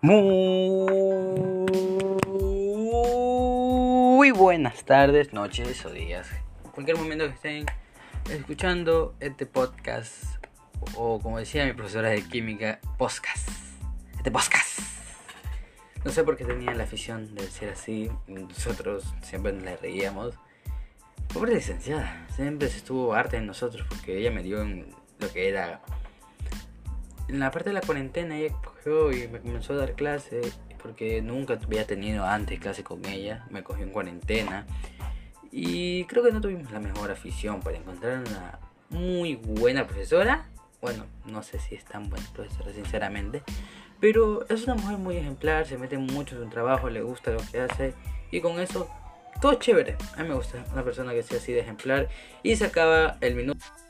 Muy buenas tardes, noches o días. En cualquier momento que estén escuchando este podcast, o como decía mi profesora de química, podcast. Este podcast. No sé por qué tenía la afición de decir así. Nosotros siempre nos la reíamos. Pobre licenciada, siempre se estuvo harta en nosotros porque ella me dio en lo que era. En la parte de la cuarentena ella cogió y me comenzó a dar clase porque nunca había tenido antes clase con ella. Me cogió en cuarentena y creo que no tuvimos la mejor afición para encontrar una muy buena profesora. Bueno, no sé si es tan buena profesora sinceramente, pero es una mujer muy ejemplar, se mete mucho en su trabajo, le gusta lo que hace y con eso todo chévere. A mí me gusta una persona que sea así de ejemplar y se acaba el minuto.